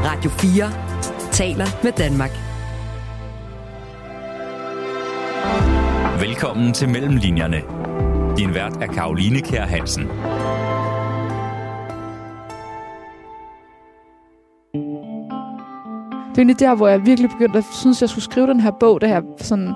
Radio 4 taler med Danmark. Velkommen til Mellemlinjerne. Din vært er Caroline Kjær Hansen. Det er egentlig der, hvor jeg virkelig begyndte at synes, jeg skulle skrive den her bog, der her sådan...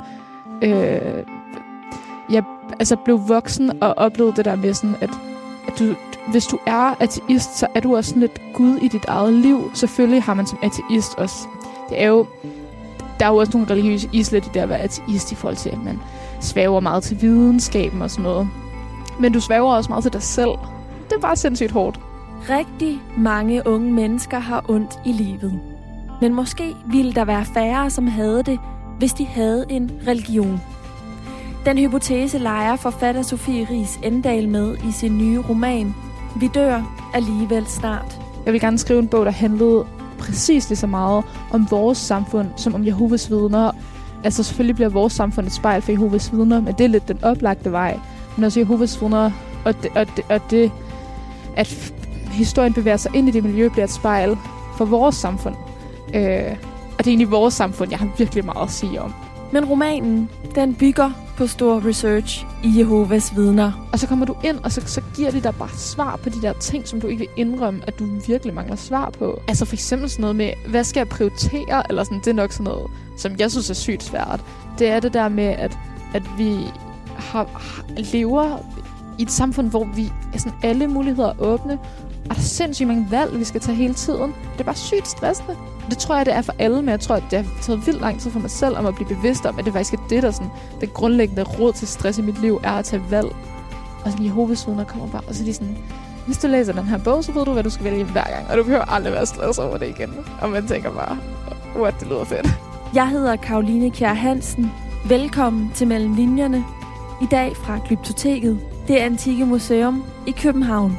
jeg blev voksen og oplevede det der med sådan, at du, hvis du er ateist, så er du også sådan lidt Gud i dit eget liv. Selvfølgelig har man som ateist også... Det er jo... Der er jo også nogle religiøse islet i det at være ateist i forhold til, at man svæver meget til videnskaben og sådan noget. Men du svæver også meget til dig selv. Det er bare sindssygt hårdt. Rigtig mange unge mennesker har ondt i livet. Men måske ville der være færre, som havde det, hvis de havde en religion. Den hypotese leger forfatter Sofie Riis Endahl med i sin nye roman Vi dør alligevel snart. Jeg vil gerne skrive en bog, der handlede præcis lige så meget om vores samfund, som om Jehovas vidner. Altså selvfølgelig bliver vores samfund et spejl for Jehovas vidner, men det er lidt den oplagte vej. Men også Jehovas vidner, og det at historien bevæger sig ind i det miljø, bliver et spejl for vores samfund. Og det er egentlig vores samfund, jeg har virkelig meget at sige om. Men romanen, den bygger på stor research i Jehovas vidner. Og så kommer du ind, og så giver de dig bare svar på de der ting, som du ikke vil indrømme, at du virkelig mangler svar på. Altså for eksempel sådan noget med, hvad skal jeg prioritere? Eller sådan, det er nok sådan noget, som jeg synes er sygt svært. Det er det der med, at vi lever i et samfund, hvor vi er sådan alle muligheder åbne. Og der er sindssygt mange valg, vi skal tage hele tiden. Det er bare sygt stressende. Det tror jeg, det er for alle, men jeg tror, at det har taget vildt lang tid for mig selv om at blive bevidst om, at det faktisk er det, der sådan, det grundlæggende råd til stress i mit liv, er at tage valg. Og sådan Jehovas vidner kommer bare, og så er de sådan, hvis du læser den her bog, så ved du, hvad du skal vælge hver gang, og du behøver aldrig være stresset over det igen. Og man tænker bare, what, det lyder fedt. Jeg hedder Caroline Kjær Hansen. Velkommen til Mellemlinjerne. I dag fra Glyptoteket, det antikke museum i København.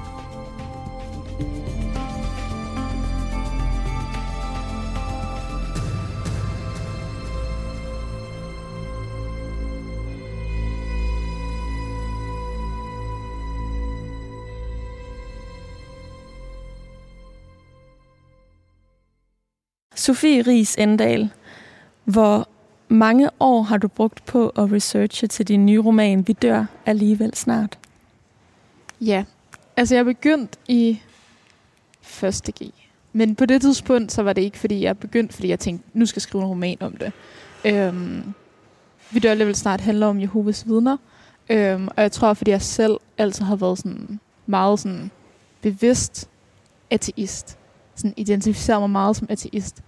Sofie Riis Endahl, hvor mange år har du brugt på at researche til din nye roman, Vi dør alligevel snart? Ja, altså jeg begyndte i 1. G. Men på det tidspunkt, så var det ikke, fordi jeg begyndte, fordi jeg tænkte, nu skal jeg skrive en roman om det. Vi dør alligevel snart handler om Jehovas vidner. Og jeg tror, fordi jeg selv altid har været sådan meget sådan bevidst ateist. Sådan identificerer mig meget som ateist.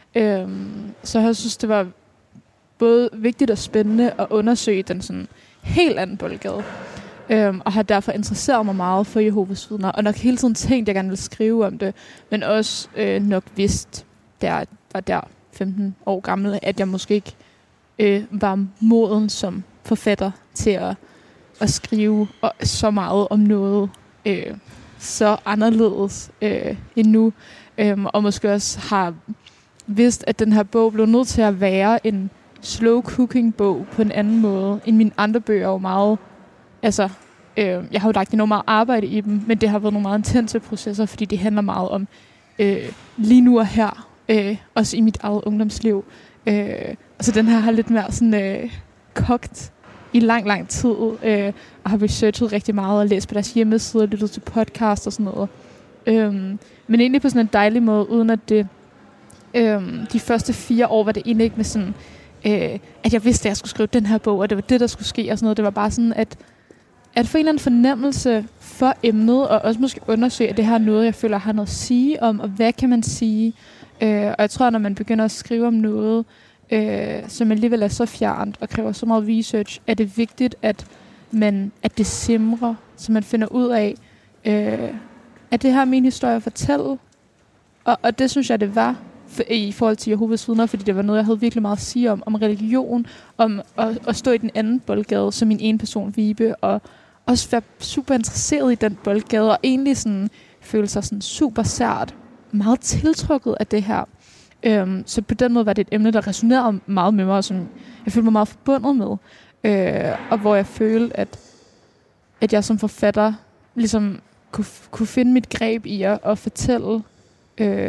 Så jeg synes, det var både vigtigt og spændende at undersøge den sådan helt anden boldgade. Og har derfor interesseret mig meget for Jehovas vidner. Og nok hele tiden tænkt, at jeg gerne ville skrive om det. Men også nok vidst, da jeg var der 15 år gammel, at jeg måske ikke var moden som forfatter til at skrive så meget om noget så anderledes endnu. Og måske også har vidst, at den her bog blev nødt til at være en slow cooking bog på en anden måde end mine andre bøger. Jo meget, altså, jeg har jo lagt enormt meget arbejde i dem, men det har været nogle meget intense processer, fordi det handler meget om lige nu og her, også i mit eget ungdomsliv. Altså den her har lidt mere sådan kogt i lang tid, og har researchet rigtig meget og læst på deres hjemmeside og lyttet til podcast og sådan noget. Men egentlig på sådan en dejlig måde, uden at det de første 4 år var det egentlig ikke med sådan, at jeg vidste, at jeg skulle skrive den her bog, og det var det, der skulle ske og sådan noget. Det var bare sådan, at få en eller anden fornemmelse for emnet, og også måske undersøge, at det her er noget, jeg føler, har noget at sige om, og hvad kan man sige? Og jeg tror, når man begynder at skrive om noget, som alligevel er så fjernt og kræver så meget research, er det vigtigt, at det simrer, så man finder ud af, at det her er min historie at fortælle. Og det synes jeg, det var i forhold til Jehovas vidner, fordi det var noget, jeg havde virkelig meget at sige om religion, om at stå i den anden boldgade som min ene person, Vibe, og også være super interesseret i den boldgade, og egentlig sådan føle sig sådan super sært, meget tiltrukket af det her. Så på den måde var det et emne, der resonerede meget med mig, og som jeg følte mig meget forbundet med. Og hvor jeg følte, at jeg som forfatter ligesom kunne finde mit greb i at fortælle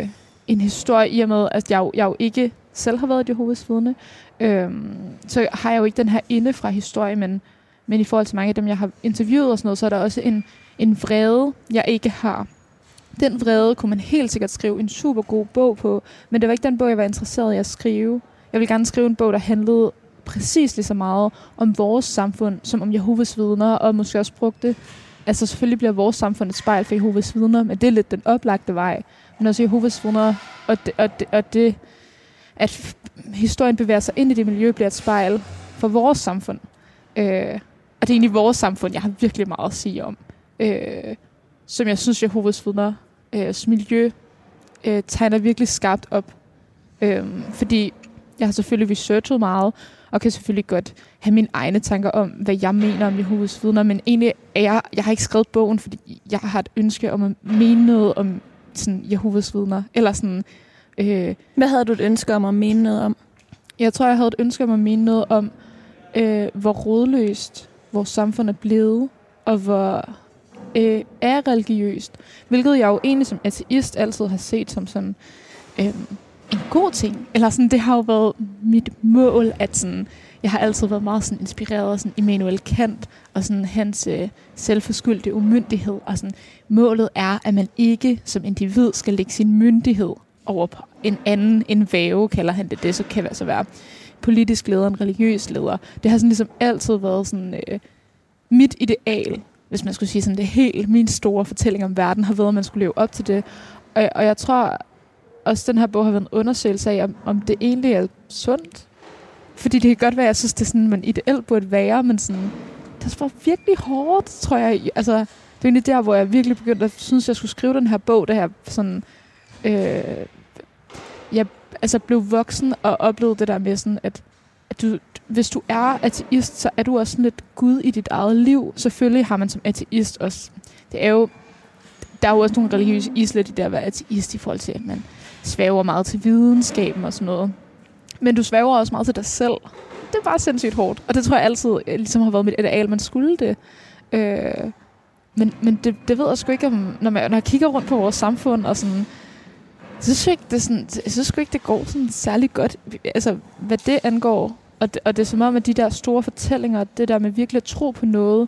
en historie i og med, at jeg jo ikke selv har været Jehovas vidne. Så har jeg jo ikke den her inde fra historie, men i forhold til mange af dem, jeg har interviewet og sådan noget, så er der også en vrede, jeg ikke har. Den vrede kunne man helt sikkert skrive en super god bog på, men det var ikke den bog, jeg var interesseret i at skrive. Jeg ville gerne skrive en bog, der handlede præcis lige så meget om vores samfund, som om Jehovas vidner, og måske også brugte. Altså selvfølgelig bliver vores samfund et spejl for Jehovas vidner, men det er lidt den oplagte vej. Men også Jehovas vidner, og det, at historien bevæger sig ind i det miljø, bliver et spejl for vores samfund. Og det er egentlig vores samfund, jeg har virkelig meget at sige om. Som jeg synes, Jehovas vidner miljø tegner virkelig skarpt op. Fordi jeg har selvfølgelig researchet meget, og kan selvfølgelig godt have mine egne tanker om, hvad jeg mener om Jehovas vidner, men egentlig jeg har ikke skrevet bogen, fordi jeg har et ønske om at mene noget om sådan Jehovas vidner, eller sådan. Hvad havde du et ønske om at mene noget om? Jeg tror, jeg havde et ønske om at mene noget om, hvor rodløst vores samfund er blevet, og hvor er religiøst, hvilket jeg jo egentlig som ateist altid har set som sådan en god ting. Eller sådan, det har jo været mit mål, at sådan, jeg har altid været meget sådan inspireret af sådan Immanuel Kant og sådan hans selvforskyldte umyndighed. Og sådan, målet er, at man ikke som individ skal lægge sin myndighed over på en anden, en væve, kalder han det. Så kan altså være politisk leder, en religiøs leder. Det har sådan ligesom altid været sådan mit ideal, hvis man skulle sige sådan det helt, min store fortælling om verden har været, at man skulle leve op til det. Og jeg tror også, den her bog har været en undersøgelse af, om det egentlig er sundt. Fordi det kan godt være, at jeg synes, det er sådan, man ideelt burde være, men sådan, det var virkelig hårdt, tror jeg. Altså, det er egentlig der, hvor jeg virkelig begyndte at synes, jeg skulle skrive den her bog, der her sådan, jeg altså blev voksen og oplevede det der med sådan, at du, hvis du er ateist, så er du også sådan lidt Gud i dit eget liv. Selvfølgelig har man som ateist også, det er jo, der er jo også nogle religiøse islet i det at være ateist i forhold til, at man svæver meget til videnskaben og sådan noget. Men du svæver også meget til dig selv. Det er bare sindssygt hårdt. Og det tror jeg altid ligesom har været mit ideal, man skulle det. Men det ved jeg sgu ikke, om, når jeg kigger rundt på vores samfund og sådan, så synes jeg sgu ikke, det går sådan særlig godt. Altså, hvad det angår. Og det er som om, at de der store fortællinger, det der med virkelig at tro på noget,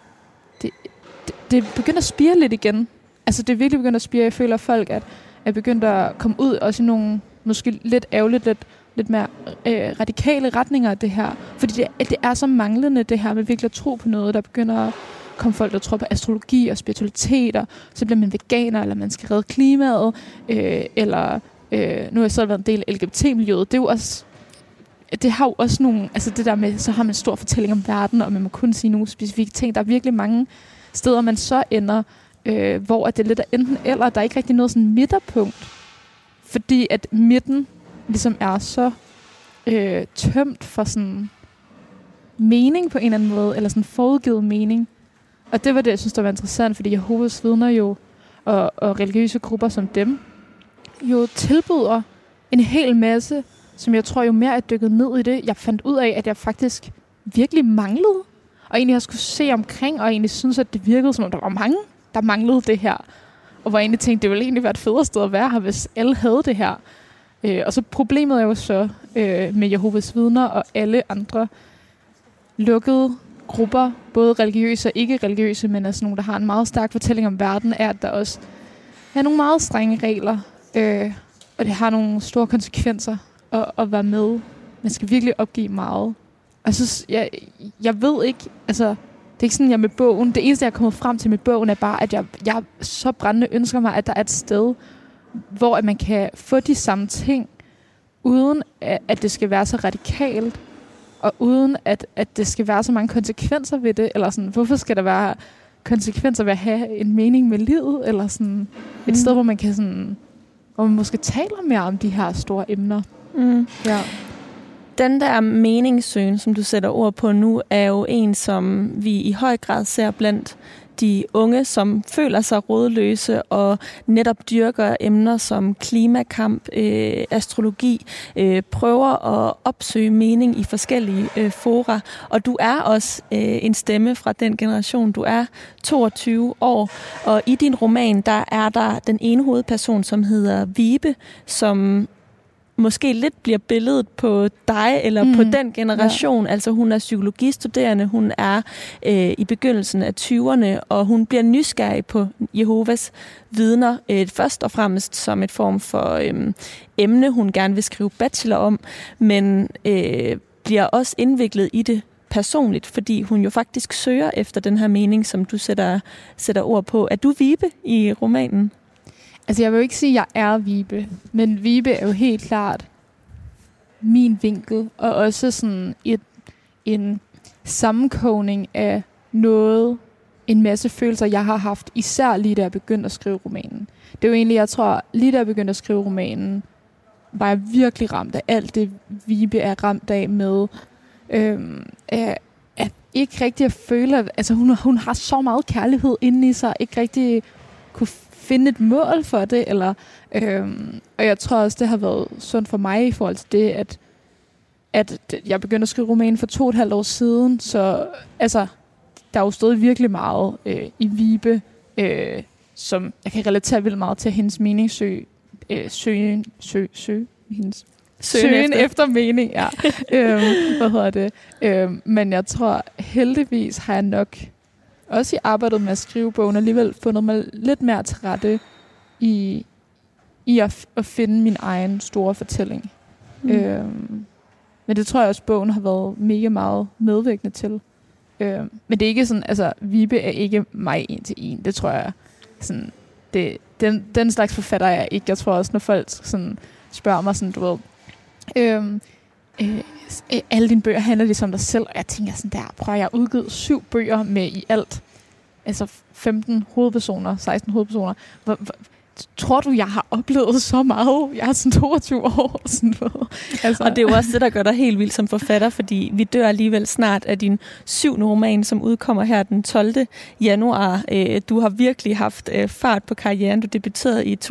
det begynder at spire lidt igen. Altså, det er virkelig begyndt at spire. Jeg føler, at folk er begyndt at komme ud også i nogle, måske lidt ærgerligt, lidt mere radikale retninger af det her. Fordi det er så manglende, det her med virkelig at tro på noget, der begynder at komme folk, der tror på astrologi og spiritualiteter. Så bliver man veganer, eller man skal redde klimaet, eller nu har jeg selv været en del af LGBT-miljøet. Det er jo også, det har jo også nogle, altså det der med, så har man en stor fortælling om verden, og man må kun sige nogle specifikke ting. Der er virkelig mange steder, man så ender, hvor det er lidt af enten eller, der er ikke rigtig noget sådan midterpunkt. Fordi at midten ligesom er så tømt for sådan mening på en eller anden måde, eller sådan forudgivet mening. Og det var det, jeg synes, der var interessant, fordi Jehovas vidner jo, og religiøse grupper som dem, jo tilbyder en hel masse, som jeg tror jo mere er dykket ned i det. Jeg fandt ud af, at jeg faktisk virkelig manglede, og egentlig også skulle se omkring, og egentlig synes, at det virkede, som om der var mange, der manglede det her. Og hvor jeg egentlig tænkte, det ville egentlig være et federe sted at være her, hvis alle havde det her. Og så problemet er jo så med Jehovas vidner og alle andre lukkede grupper, både religiøse og ikke-religiøse, men altså nogle, der har en meget stærk fortælling om verden, er, at der også er nogle meget strenge regler, og det har nogle store konsekvenser at være med. Man skal virkelig opgive meget. Og så, jeg ved ikke, altså, det er ikke sådan, jeg med bogen, det eneste, jeg er kommet frem til med bogen, er bare, at jeg så brændende ønsker mig, at der er et sted, hvor at man kan få de samme ting, uden at det skal være så radikalt, og uden at det skal være så mange konsekvenser ved det, eller sådan, hvorfor skal der være konsekvenser ved at have en mening med livet, eller sådan et sted, hvor man kan sådan, hvor man måske taler mere om de her store emner. Mm. Ja. Den der meningssøgen, som du sætter ord på nu, er jo en, som vi i høj grad ser blandt de unge, som føler sig rådløse og netop dyrker emner som klimakamp, astrologi, prøver at opsøge mening i forskellige fora. Og du er også en stemme fra den generation. Du er 22 år, og i din roman, der er der den ene hovedperson, som hedder Vibe, som måske lidt bliver billedet på dig, eller på den generation. Ja. Altså hun er psykologistuderende, hun er i begyndelsen af 20'erne, og hun bliver nysgerrig på Jehovas vidner, først og fremmest som et form for emne, hun gerne vil skrive bachelor om, men bliver også indviklet i det personligt, fordi hun jo faktisk søger efter den her mening, som du sætter ord på. Er du Vibe i romanen? Altså, jeg vil jo ikke sige, at jeg er Vibe, men Vibe er jo helt klart min vinkel, og også sådan en sammenkogning af noget, en masse følelser, jeg har haft, især lige da jeg begyndte at skrive romanen. Det er jo egentlig, jeg tror, lige da jeg begyndte at skrive romanen, var jeg virkelig ramt af alt det, Vibe er ramt af med, at ikke rigtig at føle, altså hun har så meget kærlighed inde i sig, ikke rigtig kunne finde et mål for det, eller og jeg tror også, det har været sundt for mig i forhold til det, at jeg begyndte at skrive romanen for 2,5 år siden, så altså, der er jo stået virkelig meget i Vibe, som jeg kan relatere vildt meget til hendes meningssøgen efter mening, ja. Hvad hedder det? Men jeg tror, heldigvis har jeg nok også i arbejdet med at skrive bogen alligevel fundet mig lidt mere til rette i at finde min egen store fortælling. Men det tror jeg også, bogen har været mega meget medvirkende til. Men det er ikke sådan, altså Vibe er ikke mig 1-1. Det tror jeg sådan, den slags forfatter er jeg ikke. Jeg tror også, når folk sådan spørger mig sådan, du ved, alle dine bøger handler ligesom dig selv, og jeg tænker sådan der, prøv, jeg har udgivet 7 bøger med i alt, altså 15 hovedpersoner, 16 hovedpersoner. Tror du, jeg har oplevet så meget? Jeg er sådan 22 år. Sådan noget. Altså. Og det er jo også det, der gør dig helt vild som forfatter, fordi vi dør alligevel snart af din 7. roman, som udkommer her den 12. januar. Du har virkelig haft fart på karrieren. Du debuterede i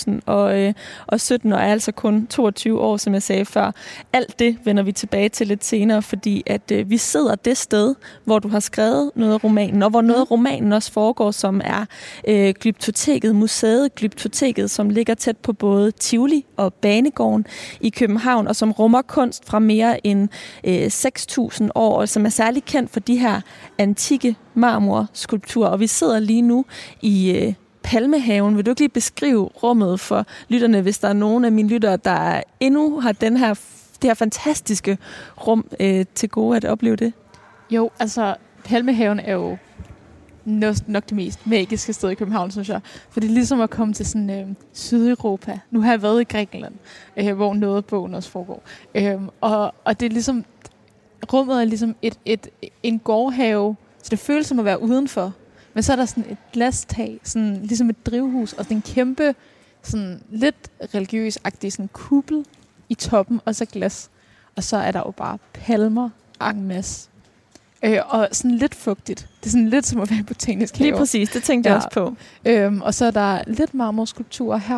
2017 og er altså kun 22 år, som jeg sagde før. Alt det vender vi tilbage til lidt senere, fordi at vi sidder det sted, hvor du har skrevet noget af romanen, og hvor noget af romanen også foregår, som er Glyptoteket, museet Glyptoteket, som ligger tæt på både Tivoli og Banegården i København, og som rummer kunst fra mere end 6.000 år, og som er særlig kendt for de her antikke marmorskulpturer. Og vi sidder lige nu i Palmehaven. Vil du ikke lige beskrive rummet for lytterne, hvis der er nogen af mine lyttere, der endnu har det her fantastiske rum til gode at opleve det? Jo, altså Palmehaven er jo nok det mest magiske sted i København, synes jeg. For det er ligesom at komme til sådan Sydeuropa. Nu har jeg været i Grækenland, hvor noget af bogen også foregår. Og det er ligesom, rummet er ligesom en gårdhave, så det føles som at være udenfor. Men så er der sådan et glastag, sådan ligesom et drivhus, og sådan en kæmpe, sådan lidt religiøs-agtig sådan kuppel i toppen, og så glas. Og så er der jo bare palmer en masse. Og sådan lidt fugtigt. Det er sådan lidt som at være i botanisk have. Lige præcis, det tænkte jeg også på. Og så er der lidt marmorskulpturer her,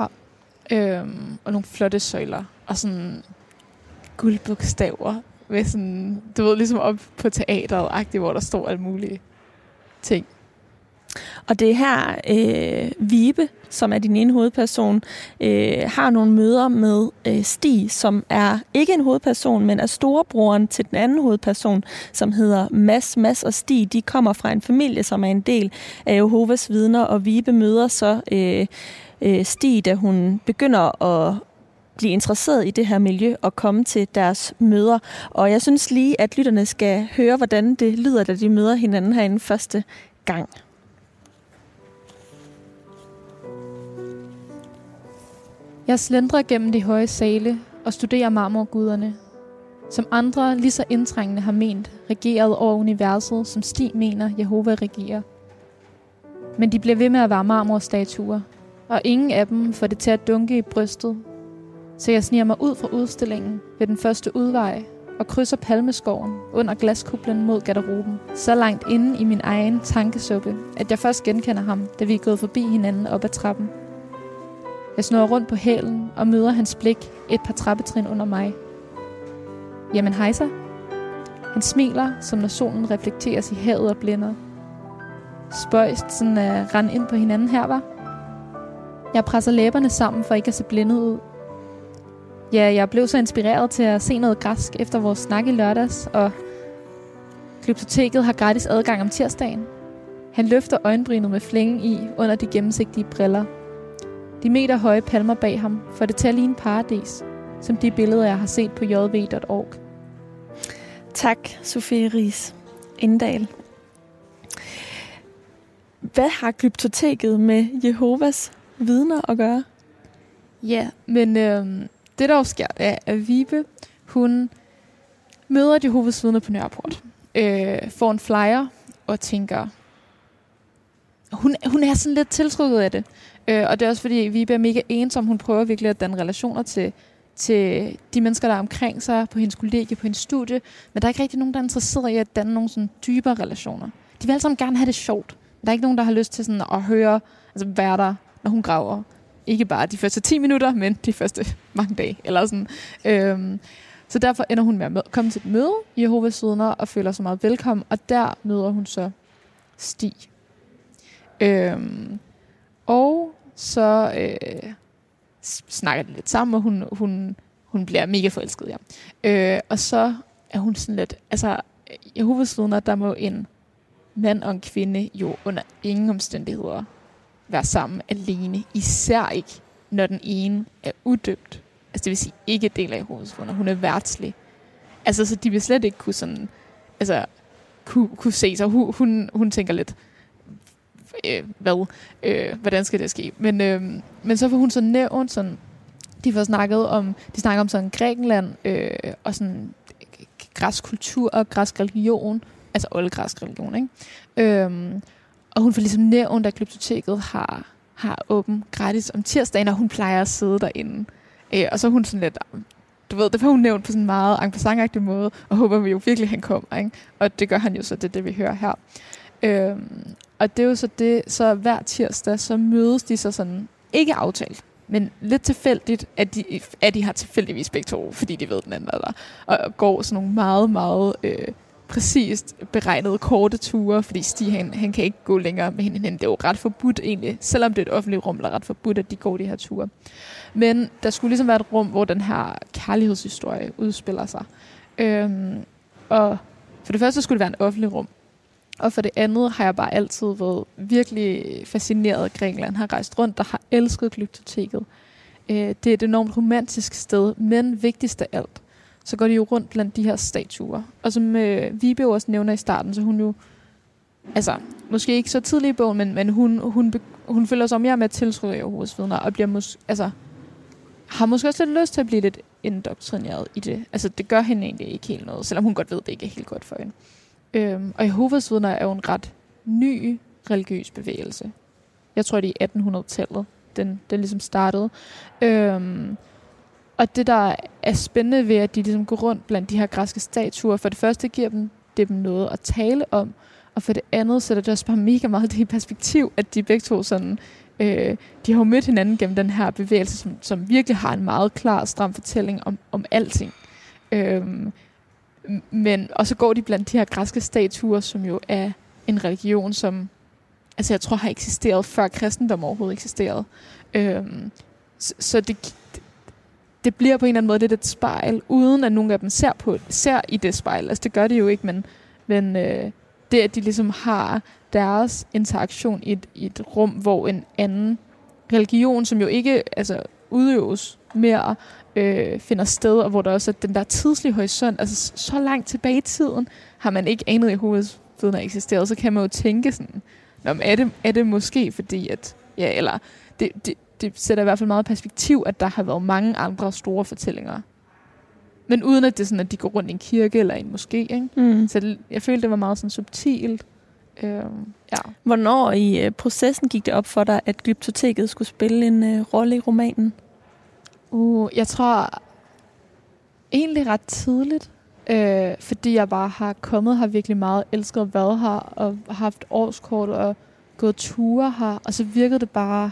og nogle flotte søjler, og sådan guldbogstaver, med sådan, du ved, ligesom op på teateret-agtigt, hvor der står alle mulige ting. Og det er her, Vibe, som er din ene hovedperson, har nogle møder med Stig, som er ikke en hovedperson, men er storebroren til den anden hovedperson, som hedder Mads. Mads og Stig, de kommer fra en familie, som er en del af Jehovas vidner, og Vibe møder så Stig, da hun begynder at blive interesseret i det her miljø og komme til deres møder. Og jeg synes lige, at lytterne skal høre, hvordan det lyder, da de møder hinanden herinde første gang. Jeg slendrer gennem de høje sale og studerer marmorguderne, som andre lige så indtrængende har ment regeret over universet, som Stig mener Jehova regerer. Men de bliver ved med at være marmorstatuer, og ingen af dem får det til at dunke i brystet. Så jeg sniger mig ud fra udstillingen ved den første udvej og krydser palmeskoven under glaskuplen mod garderoben. Så langt inde i min egen tankesuppe, at jeg først genkender ham, da vi er gået forbi hinanden op ad trappen. Jeg snurrer rundt på hælen og møder hans blik et par trappetrin under mig. Jamen hej så. Han smiler, som når solen reflekteres i havet og blænder. Spøjst sådan at rende ind på hinanden her, var. Jeg presser læberne sammen for ikke at se blindet ud. Ja, jeg blev så inspireret til at se noget græsk efter vores snak i lørdags, og Glyptoteket har gratis adgang om tirsdagen. Han løfter øjenbrynet med flængen i under de gennemsigtige briller. De meter høje palmer bag ham får det til at ligne paradis, som de billeder, jeg har set på jv.org. Tak, Sofie Riis Indahl. Hvad har Glyptoteket med Jehovas vidner at gøre? Ja, men det der jo sker, er, at Vibe, hun møder Jehovas vidner på Nørreport. Får en flyer og tænker, hun er sådan lidt tiltrukket af det. Og det er også fordi, Vibe er mega ensom. Hun prøver virkelig at danne relationer til de mennesker, der er omkring sig, på hendes kollegie, på hendes studie. Men der er ikke rigtig nogen, der er interesseret i at danne nogle sådan dybere relationer. De vil alle sammen gerne have det sjovt. Der er ikke nogen, der har lyst til sådan at høre, altså være der, når hun graver. Ikke bare de første 10 minutter, men de første mange dage. Eller sådan. Så derfor ender hun med at komme til et møde i Jehovas vidner og føler sig meget velkommen. Og der møder hun så Stig. Og så snakker de lidt sammen, og hun bliver mega forelsket, ja. Og så er hun sådan lidt, altså Jehovas vidner, der må en mand og en kvinde jo under ingen omstændigheder være sammen alene. Især ikke, når den ene er udøbt. Altså det vil sige ikke del af Jehovas vidner. Hun er værtslig. Altså så de vil slet ikke kunne sådan, altså kunne se sig. Hun tænker lidt, hvordan skal det ske? Men så får hun så nævnt sådan, de snakker om sådan Grækenland og sådan græsk kultur og græsk religion, altså oldgræsk religion, ikke? Og hun får ligesom nævnt, at Glyptoteket har åben gratis om tirsdagen, og hun plejer at sidde derinde. Og så er hun sådan lidt, du ved, det får hun nævnt på sådan en meget en passant-agtig måde, og håber vi jo virkelig, han kommer, ikke? Og det gør han jo så, det er det, vi hører her. Og det er jo så det, så hver tirsdag, så mødes de så sådan, ikke aftalt, men lidt tilfældigt, at de har tilfældigvis begge to, fordi de ved den anden er der, og går sådan nogle meget, meget præcist beregnede korte ture, fordi Stig, han kan ikke gå længere med hende. Det er jo ret forbudt egentlig, selvom det er et offentligt rum, der er ret forbudt, at de går de her ture. Men der skulle ligesom være et rum, hvor den her kærlighedshistorie udspiller sig. Og for det første skulle det være en offentlig rum, og for det andet har jeg bare altid været virkelig fascineret af Grækenland, har rejst rundt og har elsket Glyptoteket. Det er et enormt romantisk sted, men vigtigst af alt, så går de jo rundt blandt de her statuer. Og som Vibe også nævner i starten, så hun jo, altså måske ikke så tidlig i bogen, men hun føler sig mere med at tiltrykke Jehovas vidner, og bliver har måske også lidt lyst til at blive lidt indoktrineret i det. Altså det gør hende egentlig ikke helt noget, selvom hun godt ved, det ikke er helt godt for hende. Og Jehovas vidner er jo en ret ny religiøs bevægelse. Jeg tror, det er i 1800-tallet, den ligesom startede. Og det, der er spændende ved, at de ligesom går rundt blandt de her græske statuer, for det første giver dem noget at tale om, og for det andet sætter det også bare mega meget det i perspektiv, at de begge to sådan, de har jo mødt hinanden gennem den her bevægelse, som virkelig har en meget klar, stram fortælling om alting. Og så går de blandt de her græske statuer, som jo er en religion, som altså jeg tror har eksisteret før kristendom overhovedet eksisterede. Så det bliver på en eller anden måde lidt et spejl, uden at nogen af dem ser i det spejl. Altså det gør det jo ikke, men det at de ligesom har deres interaktion i et rum, hvor en anden religion, som jo ikke altså udøves mere, finder sted, og hvor der også er den der tidslige horisont, altså så langt tilbage i tiden, har man ikke anet, at Jehovas vidner eksisterede, så kan man jo tænke sådan, er det måske fordi, at, ja, eller det sætter i hvert fald meget perspektiv, at der har været mange andre store fortællinger. Men uden at det er sådan, at de går rundt i en kirke eller i en moské, ikke? Mm. Så jeg følte, det var meget sådan subtilt. Ja. Hvornår i processen gik det op for dig, at Glyptoteket skulle spille en rolle i romanen? Jeg tror egentlig ret tidligt. fordi jeg bare har kommet her virkelig meget, elsket at være her, og haft årskort og gået ture her, og så virkede det bare...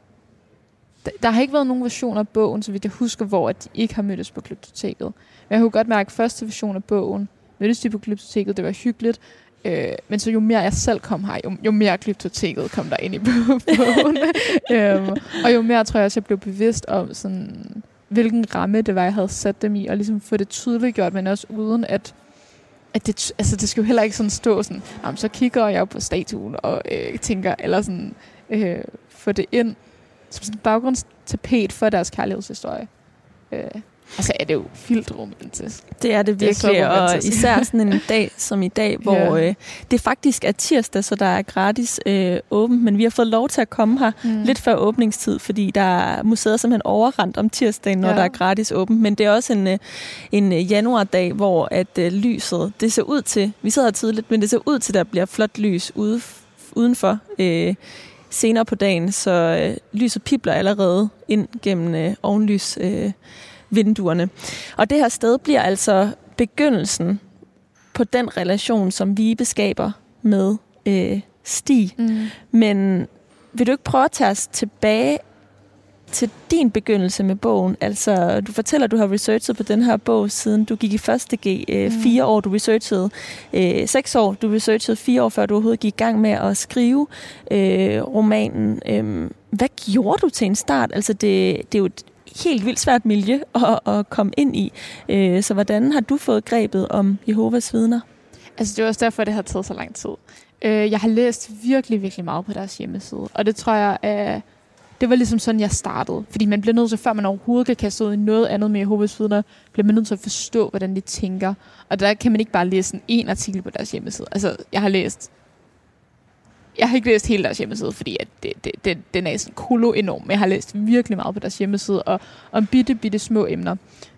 Der har ikke været nogen version af bogen, så vidt jeg husker, hvor at de ikke har mødtes på Glyptoteket. Men jeg kunne godt mærke, at første version af bogen mødtes de på Glyptoteket, det var hyggeligt. Men så jo mere jeg selv kom her, jo mere Glyptoteket kom der ind i bogen. Og jo mere tror jeg også, jeg blev bevidst om, sådan, hvilken ramme det var, jeg havde sat dem i, og ligesom få det tydeligt gjort, men også uden at det, altså det skal jo heller ikke sådan stå sådan, så kigger jeg på statuen og tænker, eller sådan få det ind som sådan en baggrundstapet for deres kærlighedshistorie. Og så er det jo vildt romantisk. Det er det virkelig, og især sådan en dag som i dag, hvor det faktisk er tirsdag, så der er gratis åbent, men vi har fået lov til at komme her lidt før åbningstid, fordi der er museet simpelthen overrendt om tirsdagen, når der er gratis åbent. Men det er også en januardag, hvor at lyset, det ser ud til, vi sidder her tidligt, men det ser ud til, at der bliver flot lys udenfor senere på dagen, så lyset pibler allerede ind gennem ovenlys vinduerne. Og det her sted bliver altså begyndelsen på den relation, som Vibe skaber med Stig. Men vil du ikke prøve at tage os tilbage til din begyndelse med bogen? Altså, du fortæller, at du har researchet på den her bog, siden du gik i 1. G. 4 år, du researchede 6 år, du researchede 4 år, før du overhovedet gik i gang med at skrive romanen. Hvad gjorde du til en start? Altså, det er jo et helt vildt svært miljø at komme ind i. Så hvordan har du fået grebet om Jehovas vidner? Altså, det var også derfor, det har taget så lang tid. Jeg har læst virkelig, virkelig meget på deres hjemmeside, og det tror jeg det var ligesom sådan, jeg startede. Fordi man bliver nødt til, før man overhovedet kan kaste ud i noget andet med Jehovas vidner, bliver man nødt til at forstå, hvordan de tænker. Og der kan man ikke bare læse en artikel på deres hjemmeside. Altså, jeg har ikke læst hele deres hjemmeside, fordi at den er sådan kolo-enorm. Men jeg har læst virkelig meget på deres hjemmeside, og om bitte små emner.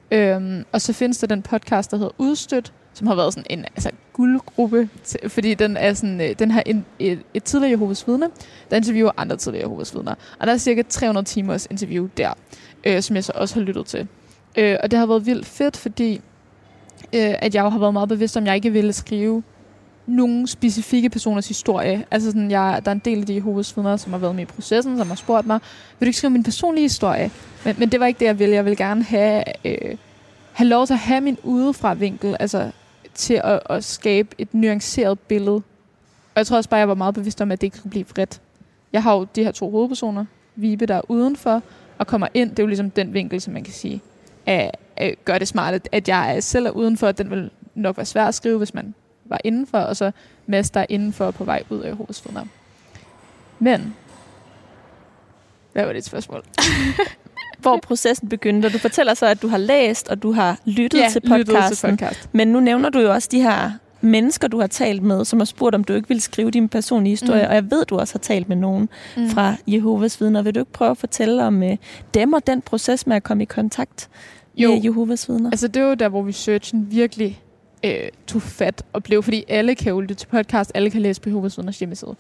Og så findes der den podcast, der hedder Udstødt, som har været sådan en guldgruppe, fordi den er sådan, den har et tidligere Jehovas vidne, der interviewer andre tidligere Jehovas vidner. Og der er cirka 300 timers interview der, som jeg så også har lyttet til. Og det har været vildt fedt, fordi at jeg jo har været meget bevidst om, jeg ikke ville skrive nogle specifikke personers historie. Altså sådan, der er en del af de Jehovas vidner, som har været med i processen, som har spurgt mig, vil du ikke skrive min personlige historie? Men det var ikke det, jeg ville. Jeg ville gerne have lov til at have min udefra-vinkel, altså til at skabe et nuanceret billede. Og jeg tror også bare, jeg var meget bevidst om, at det ikke skulle blive vredt. Jeg har jo de her 2 hovedpersoner, Vibe, der er udenfor, og kommer ind. Det er jo ligesom den vinkel, som man kan sige, gør det smart, at jeg selv er udenfor. Den vil nok være svær at skrive, hvis man var indenfor, og så Mads, der er indenfor på vej ud af Jehovas vidner. Men, hvad var dit spørgsmål? Hvor processen begyndte. Du fortæller så, at du har læst, og du har lyttet til podcasten. Men nu nævner du jo også de her mennesker, du har talt med, som har spurgt, om du ikke vil skrive din personlige historie. Og jeg ved, du også har talt med nogen fra Jehovas vidner. Vil du ikke prøve at fortælle om dem og den proces med at komme i kontakt med Jehovas vidner? Altså, det er jo der, hvor researchen virkelig tog fat og blev, fordi alle kan jo lytte til podcast, alle kan læse på Jehovas vidners hjemmeside.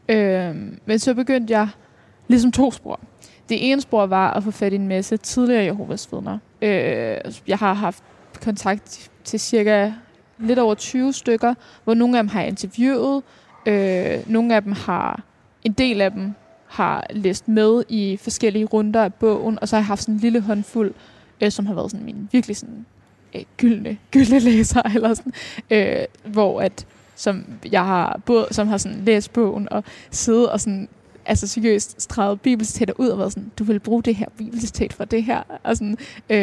Men så begyndte jeg ligesom 2 spor. Det ene spor var at få fat i en masse tidligere Jehovas vidner. Jeg har haft kontakt til cirka lidt over 20 stykker, hvor nogle af dem har interviewet, nogle af dem en del af dem har læst med i forskellige runder af bogen, og så har jeg haft sådan en lille håndfuld, som har været sådan min virkelig sådan gyldne læser, eller sådan, hvor at, som jeg har både, som har sådan læst bogen og siddet og sådan, altså seriøst streget bibelcitater ud og været sådan, du vil bruge det her bibelcitat for det her, og sådan,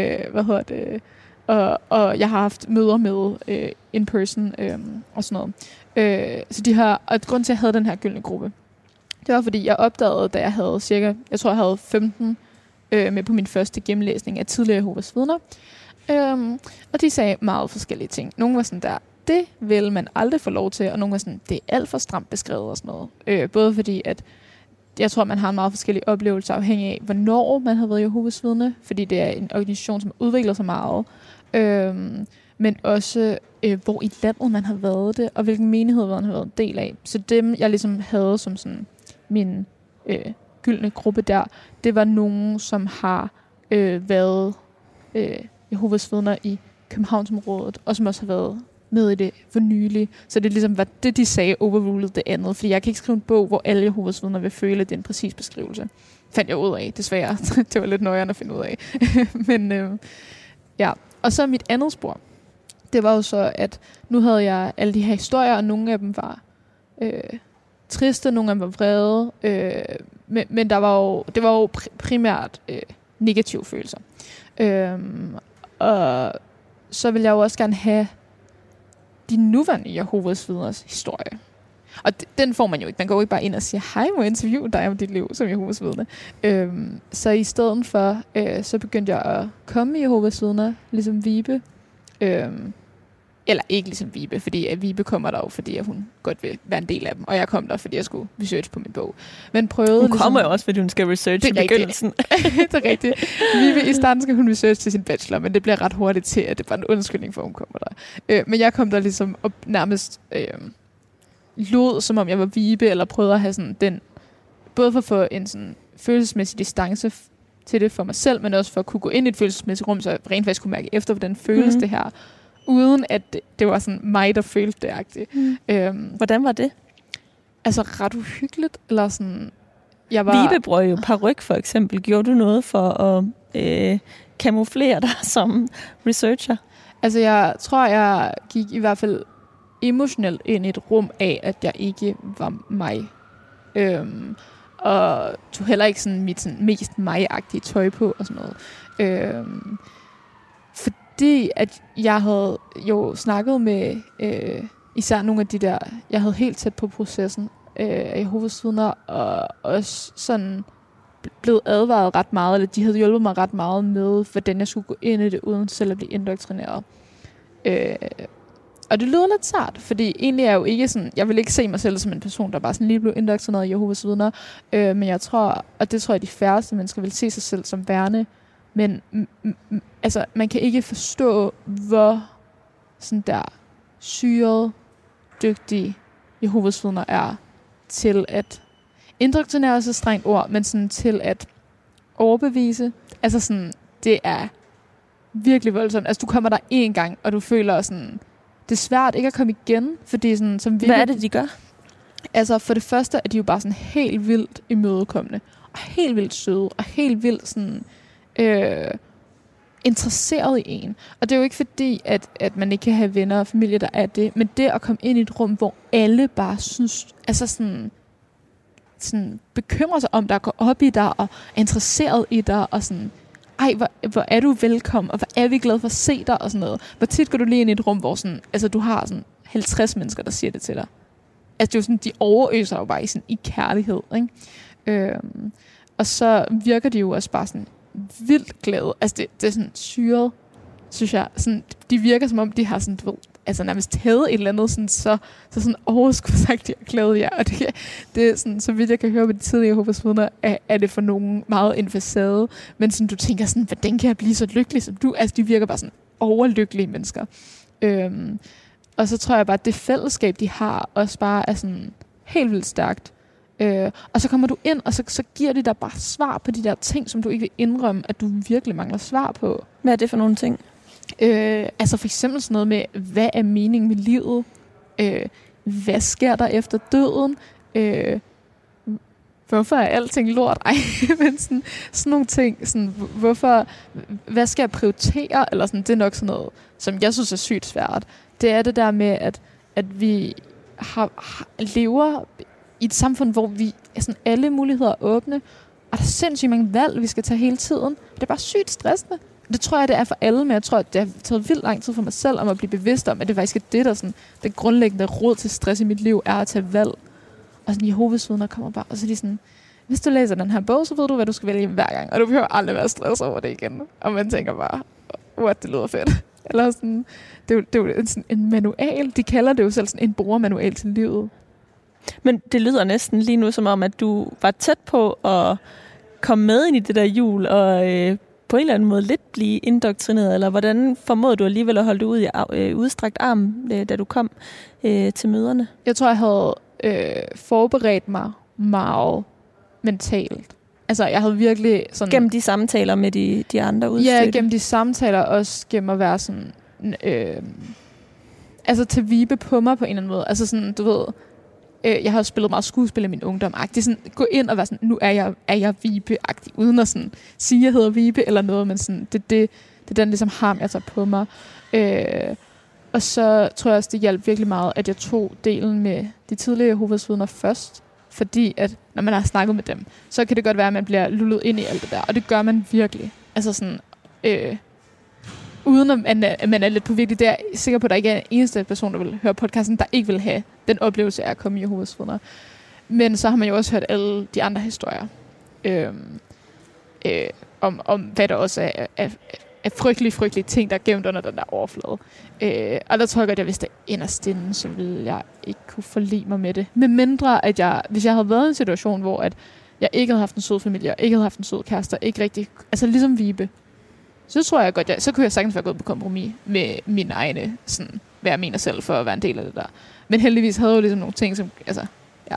og jeg har haft møder med in person og sådan noget. Så de har, og grund til, at jeg havde den her gyldne gruppe, det var fordi, jeg opdagede, da jeg havde cirka, jeg tror, jeg havde 15 med på min første gennemlæsning af tidligere Jehovas vidner, og de sagde meget forskellige ting. Nogle var sådan der, det vil man aldrig få lov til, og nogle var sådan, det er alt for stramt beskrevet og sådan noget. Både fordi, at jeg tror, man har en meget forskellig oplevelse afhængig af, hvornår man har været Jehovas vidne, fordi det er en organisation, som udvikler sig meget. Men også, hvor i landet man har været det, og hvilken menighed man har været en del af. Så dem, jeg ligesom havde som sådan min gyldne gruppe der, det var nogen, som har været Jehovas vidner i Københavnsområdet, og som også har været med i det for nylig. Så det ligesom var det, de sagde, overruled det andet. Fordi jeg kan ikke skrive en bog, hvor alle Jehovas vidner vil føle, at det er en præcis beskrivelse. Fandt jeg ud af, desværre. Det var lidt nøjere at finde ud af. Men ja. Og så mit andet spor, det var jo så, at nu havde jeg alle de her historier, og nogle af dem var triste, nogle af dem var vrede. Men det var jo primært negative følelser. Og så vil jeg jo også gerne have de nuværende Jehovas vidners historie. Og den får man jo ikke. Man går jo ikke bare ind og siger, hej, må jeg interviewe dig om dit liv som Jehovas vidne. Så i stedet for, så begyndte jeg at komme i Jehovas vidner, ligesom Vibe. Eller ikke ligesom Vibe, fordi Vibe kommer der jo, fordi hun godt vil være en del af dem. Og jeg kom der, fordi jeg skulle research på min bog. Men prøvede hun kommer jo også, fordi hun skal research i begyndelsen. Det er rigtigt. Vibe, i starten skal hun research til sin bachelor, men det bliver ret hurtigt til, at det var en undskyldning for, at hun kommer der. Men jeg kom der ligesom op nærmest lod, som om jeg var Vibe, eller prøvede at have sådan den, både for at få en sådan følelsesmæssig distance til det for mig selv, men også for at kunne gå ind i et følelsesmæssigt rum, så jeg rent faktisk kunne mærke efter, hvordan føles det her, uden at det var sådan mig, der følte det-agtigt. Hvordan var det? Altså ret uhyggeligt, eller sådan... Vibe bruger jo paryk, for eksempel. Gjorde du noget for at kamuflere dig som researcher? Altså jeg tror, jeg gik i hvert fald emotionelt ind i et rum af, at jeg ikke var mig. Og tog heller ikke sådan mit sådan mest mig-agtige tøj på og sådan noget. Fordi at jeg havde jo snakket med især nogle af de der, jeg havde helt tæt på processen af Jehovas vidner, og også sådan blevet advaret ret meget, eller de havde hjulpet mig ret meget med, hvordan jeg skulle gå ind i det, uden selv at blive indoktrineret. Og det lyder lidt sart, fordi egentlig er jeg jo ikke sådan, jeg vil ikke se mig selv som en person, der bare sådan lige blev indoktrineret i Jehovas vidner, men jeg tror, og det tror jeg de færreste mennesker vil se sig selv som værende, men altså man kan ikke forstå, hvor sådan der syret, dygtige Jehovas vidner er til at indoktrinere er så strengt ord, men sådan til at overbevise. Altså sådan, det er virkelig voldsomt. Altså du kommer der en gang, og du føler sådan, det er svært ikke at komme igen, fordi sådan som hvad er det, de gør? Altså for det første er de jo bare sådan helt vildt imødekommende, og helt vildt søde, og helt vildt sådan interesseret i en. Og det er jo ikke fordi, at man ikke kan have venner og familie, der er det, men det at komme ind i et rum, hvor alle bare synes, altså sådan bekymrer sig om dig, går op i dig, og er interesseret i dig, og sådan, ej, hvor er du velkommen, og hvor er vi glade for at se dig, og sådan noget. Hvor tit går du lige ind i et rum, hvor sådan, altså du har sådan 50 mennesker, der siger det til dig. Altså det er jo sådan, de overøser jo bare i kærlighed, ikke? Og så virker de jo også bare sådan vildt glade. Altså det er sådan syret, synes jeg. Sådan, de virker som om, de har sådan, du ved, altså nærmest taget et eller andet så sådan overskudsagtigt og glade, ja. Og det er sådan, så vidt jeg kan høre på de tidligere Jehovas vidner, er det for nogen meget en facade. Men sådan, du tænker sådan, hvordan kan jeg blive så lykkelig som du? Altså de virker bare sådan overlykkelige mennesker. Og så tror jeg bare, at det fællesskab, de har, også bare er sådan helt vildt stærkt. Og så kommer du ind, og så giver de dig bare svar på de der ting, som du ikke vil indrømme, at du virkelig mangler svar på. Hvad er det for nogle ting? Altså for eksempel sådan noget med, hvad er meningen med livet? Hvad sker der efter døden? Hvorfor er alting lort? Ej, men sådan nogle ting. Sådan, hvad skal jeg prioritere? Eller sådan, det er nok sådan noget, som jeg synes er sygt svært. Det er det der med, at vi lever i et samfund, hvor vi er sådan alle muligheder åbne, og der er sindssygt mange valg, vi skal tage hele tiden. Det er bare sygt stressende. Det tror jeg, det er for alle, men jeg tror, at det har taget vildt lang tid for mig selv om at blive bevidst om, at det faktisk er det, der sådan, det grundlæggende råd til stress i mit liv, er at tage valg. Og sådan Jehovas vidner kommer bare, og så er de sådan, hvis du læser den her bog, så ved du, hvad du skal vælge hver gang, og du behøver aldrig være stresset over det igen. Og man tænker bare, what, det lyder fedt. Eller sådan, det er jo sådan en manual. De kalder det jo selv sådan en brugermanual til livet. Men det lyder næsten lige nu som om, at du var tæt på at komme med ind i det der hjul, og på en eller anden måde lidt blive indoktrineret, eller hvordan formåede du alligevel at holde det ud i udstrakt arm, da du kom til møderne? Jeg tror, jeg havde forberedt mig meget mentalt. Altså, jeg havde virkelig sådan... Gennem de samtaler med de andre udstødte? Ja, gennem de samtaler, også gennem at være sådan altså tage Vibe på mig på en eller anden måde. Altså sådan, du ved, jeg har jo spillet meget skuespil i min ungdom-agtig. Sådan, gå ind og være sådan, nu er jeg Vibe-agtig, uden at sådan, sige, at jeg hedder Vibe eller noget, men sådan, det er den ligesom harm, jeg tager på mig. Og så tror jeg også, det hjalp virkelig meget, at jeg tog delen med de tidligere Jehovas vidner først, fordi at når man har snakket med dem, så kan det godt være, at man bliver lullet ind i alt det der, og det gør man virkelig. Altså sådan, uden at man er lidt på virkelig, det er jeg sikker på, at der ikke er en eneste person, der vil høre podcasten, der ikke vil have den oplevelse af at komme i Jehovas vidner. Men så har man jo også hørt alle de andre historier om hvad der også er frygtelige ting, der er gemt under den der overflade. Og der tror jeg godt, at hvis der inderst inde, så ville jeg ikke kunne forlige mig med det. Med mindre, at hvis jeg havde været i en situation, hvor at jeg ikke havde haft en sød familie, og ikke havde haft en sød kæreste, ikke rigtig, altså ligesom Vibe, så tror jeg godt, så kunne jeg sagtens være gået på kompromis med mine egne, sådan, hvad jeg mener selv, for at være en del af det der. Men heldigvis havde jeg jo ligesom nogle ting, som, altså, ja.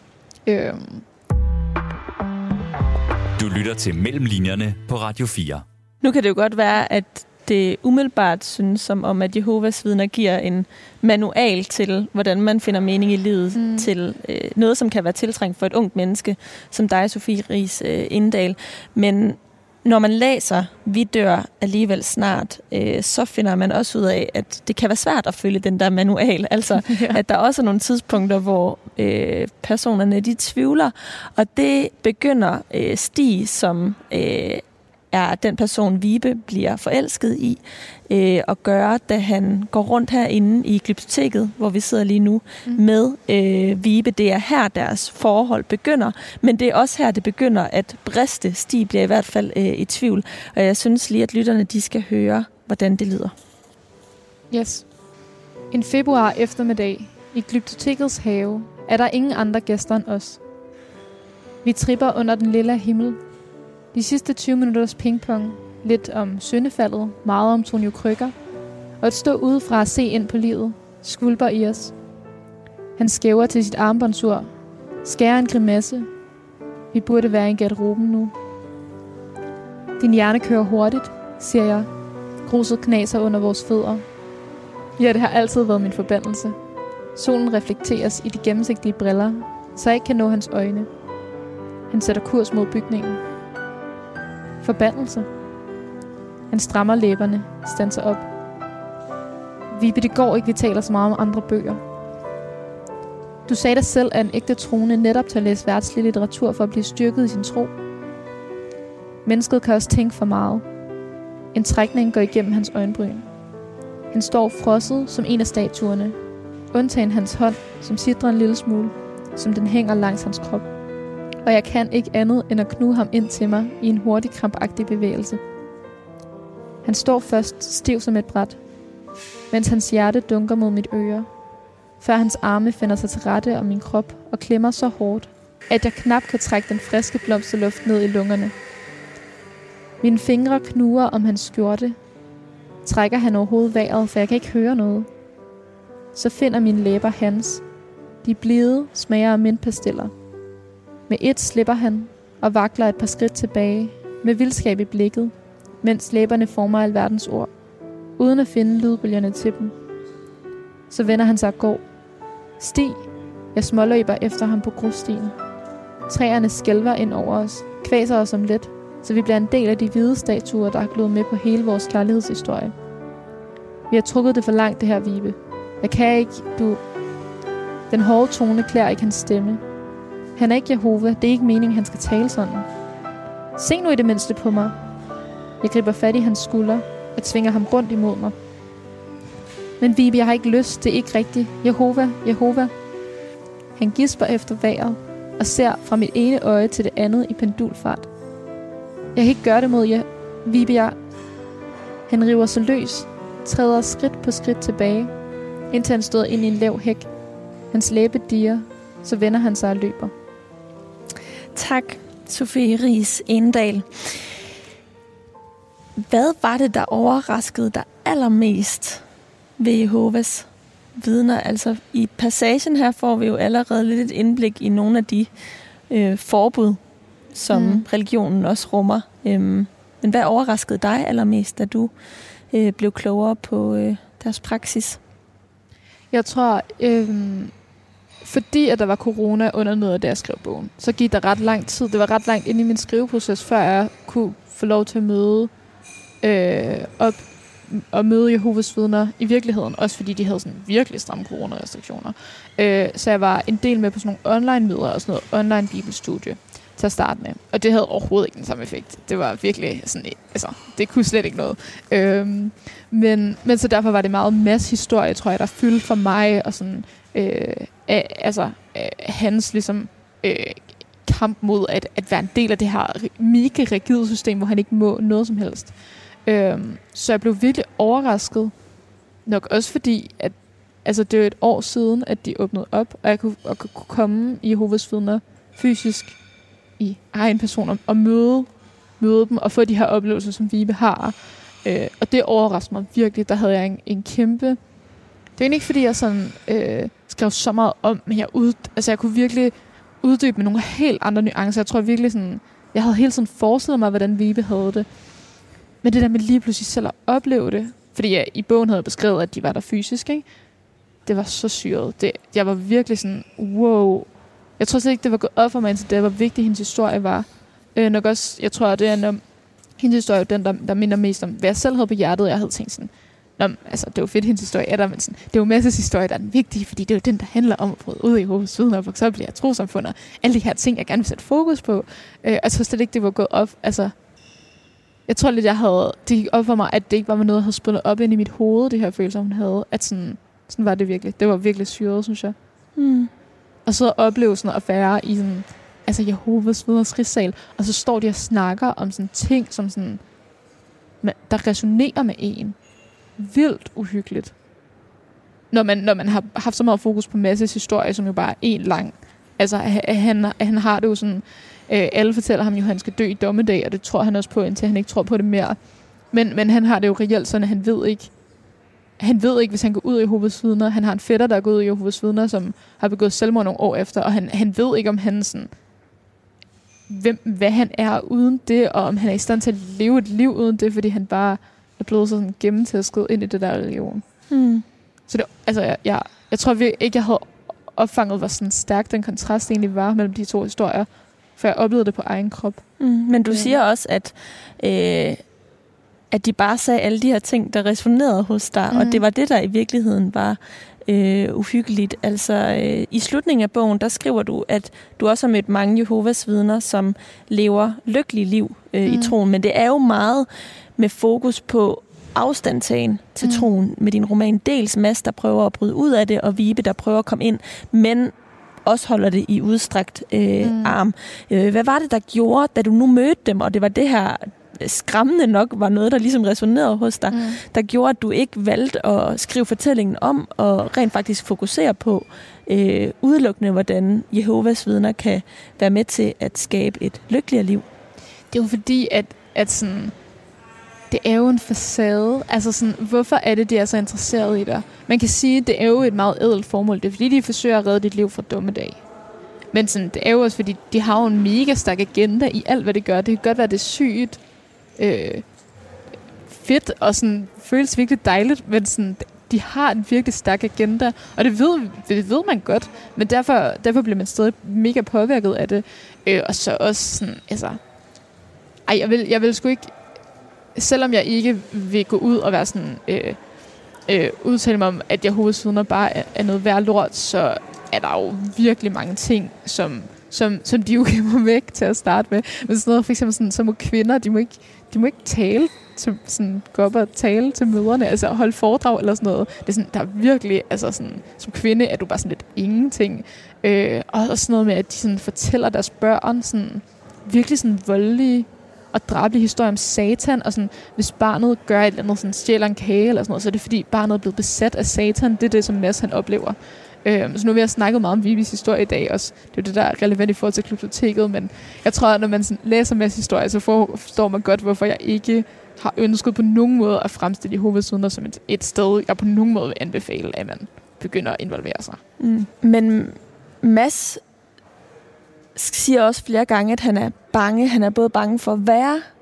Du lytter til Mellemlinjerne på Radio 4. Nu kan det jo godt være, at det umiddelbart synes som om, at Jehovas vidner giver en manual til, hvordan man finder mening i livet, til noget, som kan være tiltrængt for et ungt menneske, som dig, Sofie Riis Indahl. Men når man læser Vi dør alligevel snart, så finder man også ud af, at det kan være svært at følge den der manual. Altså, at der også er nogle tidspunkter, hvor personerne, de tvivler. Og det begynder Stig, som er den person, Vibe bliver forelsket i, og gøre, da han går rundt herinde i Glyptoteket, hvor vi sidder lige nu, med Vibe. Det er her, deres forhold begynder, men det er også her, det begynder at briste. Stig bliver i hvert fald i tvivl, og jeg synes lige, at lytterne, de skal høre, hvordan det lyder. Yes. En februar eftermiddag i Glyptotekets have er der ingen andre gæster end os. Vi tripper under den lille himmel. De sidste 20 minutters pingpong, lidt om syndefaldet, meget om Tonio Krøger, og et stå udefra at se ind på livet, skvulper i os. Han skæver til sit armbåndsur, skærer en grimasse. Vi burde være i garderoben nu. Din hjerne kører hurtigt, siger jeg. Gruset knaser under vores fødder. Ja, det har altid været min forbandelse. Solen reflekteres i de gennemsigtige briller, så jeg ikke kan nå hans øjne. Han sætter kurs mod bygningen. Forbandelse. Han strammer læberne, standser op. Vibe, det går ikke, vi taler så meget om andre bøger. Du sagde dig selv, at en ægte troende netop til at læse værtslig litteratur for at blive styrket i sin tro. Mennesket kan også tænke for meget. En trækning går igennem hans øjenbryn. Han står frosset som en af statuerne, undtagen hans hånd, som sidder en lille smule, som den hænger langs hans krop. Og jeg kan ikke andet end at knuge ham ind til mig i en hurtig, krampagtig bevægelse. Han står først stiv som et bræt, mens hans hjerte dunker mod mit øre, før hans arme finder sig til rette om min krop og klemmer så hårdt, at jeg knap kan trække den friske blomsterluft ned i lungerne. Mine fingre knuger om hans skjorte. Trækker han overhovedet vejret, for jeg kan ikke høre noget. Så finder mine læber hans. De blide smager af mintpastiller. Med et slipper han og vakler et par skridt tilbage, med vildskab i blikket, mens læberne former alverdens ord, uden at finde lydbølgerne til dem. Så vender han sig og går. Stig! Jeg småløber efter ham på grusstien. Træerne skælver ind over os, kvæser os om lidt, så vi bliver en del af de hvide statuer, der har glået med på hele vores kærlighedshistorie. Vi har trukket det for langt, det her, Vibe. Jeg kan ikke, Den hårde tone klæder ikke hans stemme. Han er ikke Jehova, det er ikke meningen, han skal tale sådan. Se nu i det mindste på mig. Jeg griber fat i hans skulder og tvinger ham rundt imod mig. Men Vibe, jeg har ikke lyst, det er ikke rigtigt. Jehova, Jehova. Han gisper efter vejret og ser fra mit ene øje til det andet i pendulfart. Jeg kan ikke gøre det mod Vibe, Han river sig løs, træder skridt på skridt tilbage, indtil han stod ind i en lav hæk. Hans læbe dirrer, så vender han sig og løber. Tak, Sofie Riis Indahl. Hvad var det, der overraskede dig allermest ved Jehovas vidner? Altså, i passagen her får vi jo allerede lidt et indblik i nogle af de forbud, som religionen også rummer. Men hvad overraskede dig allermest, da du blev klogere på deres praksis? Jeg tror, fordi at der var corona under noget af det, jeg skrev bogen, så gik der ret lang tid. Det var ret langt ind i min skriveproces, før jeg kunne få lov til at møde møde Jehovas vidner i virkeligheden. Også fordi de havde sådan virkelig stramme coronarestriktioner. Så jeg var en del med på sådan nogle online-møder og sådan noget online bibelstudie til at starte med. Og det havde overhovedet ikke den samme effekt. Det var virkelig sådan, altså, det kunne slet ikke noget. Men så derfor var det meget masse historie, tror jeg, der fyldte for mig, og sådan, hans ligesom, kamp mod at være en del af det her mega rigide system, hvor han ikke må noget som helst. Så jeg blev virkelig overrasket. Nok også fordi, at altså, det er jo et år siden, at de åbnede op, og jeg kunne komme i Jehovas vidner fysisk i egen person og møde dem og få de her oplevelser, som Vibe har. Og det overraskede mig virkelig. Der havde jeg en kæmpe... Det er egentlig ikke, fordi jeg sådan, skrev så meget om, men jeg kunne virkelig uddybe med nogle helt andre nuancer. Jeg tror virkelig sådan... Jeg havde hele tiden forestillet mig, hvordan Vibe havde det. Men det der med lige pludselig selv at opleve det, fordi jeg i bogen havde beskrevet, at de var der fysisk, ikke? Det var så syret. Jeg var virkelig sådan, wow. Jeg tror slet ikke, det var gået op for mig, indtil det, hvor vigtig hendes historie var. Nok også, jeg tror, det er hendes historie er den, der minder mest om, hvad jeg selv havde på hjertet. Jeg havde tænkt sådan, altså, det var fedt, hendes historie er der, men sådan, det er jo Masses historie, der er den vigtige, fordi det er jo den, der handler om at bryde ud i Jehovas vidner og vokse op i trossamfund og alle de her ting, jeg gerne vil sætte fokus på. Jeg tror slet ikke, det var gået op. Altså, jeg tror lidt, det gik op for mig, at det ikke var noget, jeg havde spillet op ind i mit hoved, det her følelse, hun havde. At sådan var det virkelig. Det var virkelig syret, synes jeg. Og så opleve sådan at være i sådan, altså Jehovas vidners rigssal, og så står de og snakker om sådan ting, som sådan, der resonerer med en. Vildt uhyggeligt. Når man har haft så meget fokus på Masses historie, som jo bare er en lang. Altså, han har det jo sådan... alle fortæller ham jo, at han skal dø i dommedag, og det tror han også på, indtil han ikke tror på det mere. Men han har det jo reelt sådan, at han ved ikke, hvis han går ud i Jehovas vidner. Han har en fætter, der er gået ud i Jehovas vidner, som har begået selvmord nogle år efter, og han ved ikke, om han sådan, hvad han er uden det, og om han er i stand til at leve et liv uden det, fordi han bare er blevet sådan gennemtæsket ind i det der religion. Så det, altså, jeg tror virkelig ikke, jeg havde opfanget, hvor sådan stærk den kontrast egentlig var mellem de to historier, for jeg oplevede det på egen krop. Men du siger også, at de bare sagde alle de her ting, der resonerede hos dig, og det var det, der i virkeligheden var uhyggeligt. Altså, i slutningen af bogen, der skriver du, at du også har mødt mange Jehovas vidner, som lever lykkelige liv i troen, men det er jo meget med fokus på afstandtagen til troen med din roman. Dels Mads, der prøver at bryde ud af det, og Vibe, der prøver at komme ind, men også holder det i udstrakt arm. Hvad var det, der gjorde, da du nu mødte dem, og det var det her skræmmende nok, var noget, der ligesom resonerede hos dig, der gjorde, at du ikke valgte at skrive fortællingen om, og rent faktisk fokusere på udelukkende, hvordan Jehovas vidner kan være med til at skabe et lykkeligere liv? Det er jo fordi, at sådan, det er jo en facade. Altså sådan, hvorfor er det, de er så interesseret i dig? Man kan sige, at det er jo et meget ædelt formål. Det er fordi, de forsøger at redde dit liv fra dommedag. Men sådan, det er jo også fordi, de har jo en mega stærk agenda i alt, hvad det gør. Det kan godt være, det er sygt fedt og sådan, føles virkelig dejligt, men sådan, de har en virkelig stærk agenda, og det ved man godt, men derfor bliver man stadig mega påvirket af det. Og så også sådan, altså... jeg vil sgu ikke... Selvom jeg ikke vil gå ud og være sådan... udtale mig om, at Jehovas vidner bare er noget værd lort, så er der jo virkelig mange ting, som de jo gemmer væk til at starte med. Men sådan noget, for eksempel sådan, så må kvinder, de må ikke tale til, sådan, gå op og tale til mødrene, altså holde foredrag eller sådan noget. Det er sådan, der er virkelig, altså sådan, som kvinde er du bare sådan lidt ingenting. Og sådan noget med, at de sådan fortæller deres børn sådan, virkelig sådan voldelige og drabelige historier om Satan, og sådan, hvis barnet gør et eller andet, sådan stjæler en kage eller sådan noget, så er det fordi barnet er blevet besat af Satan. Det er det, som Mads han oplever. Så nu har vi snakket meget om Vibes historie i dag også. Det er det, der er relevant i forhold til Glyptoteket, men jeg tror, at når man sådan læser Mads historie, så forstår man godt, hvorfor jeg ikke har ønsket på nogen måde at fremstille Jehovas vidner som et sted, jeg på nogen måde vil anbefale, at man begynder at involvere sig. Men Mads siger også flere gange, at han er bange. Han er både bange for at være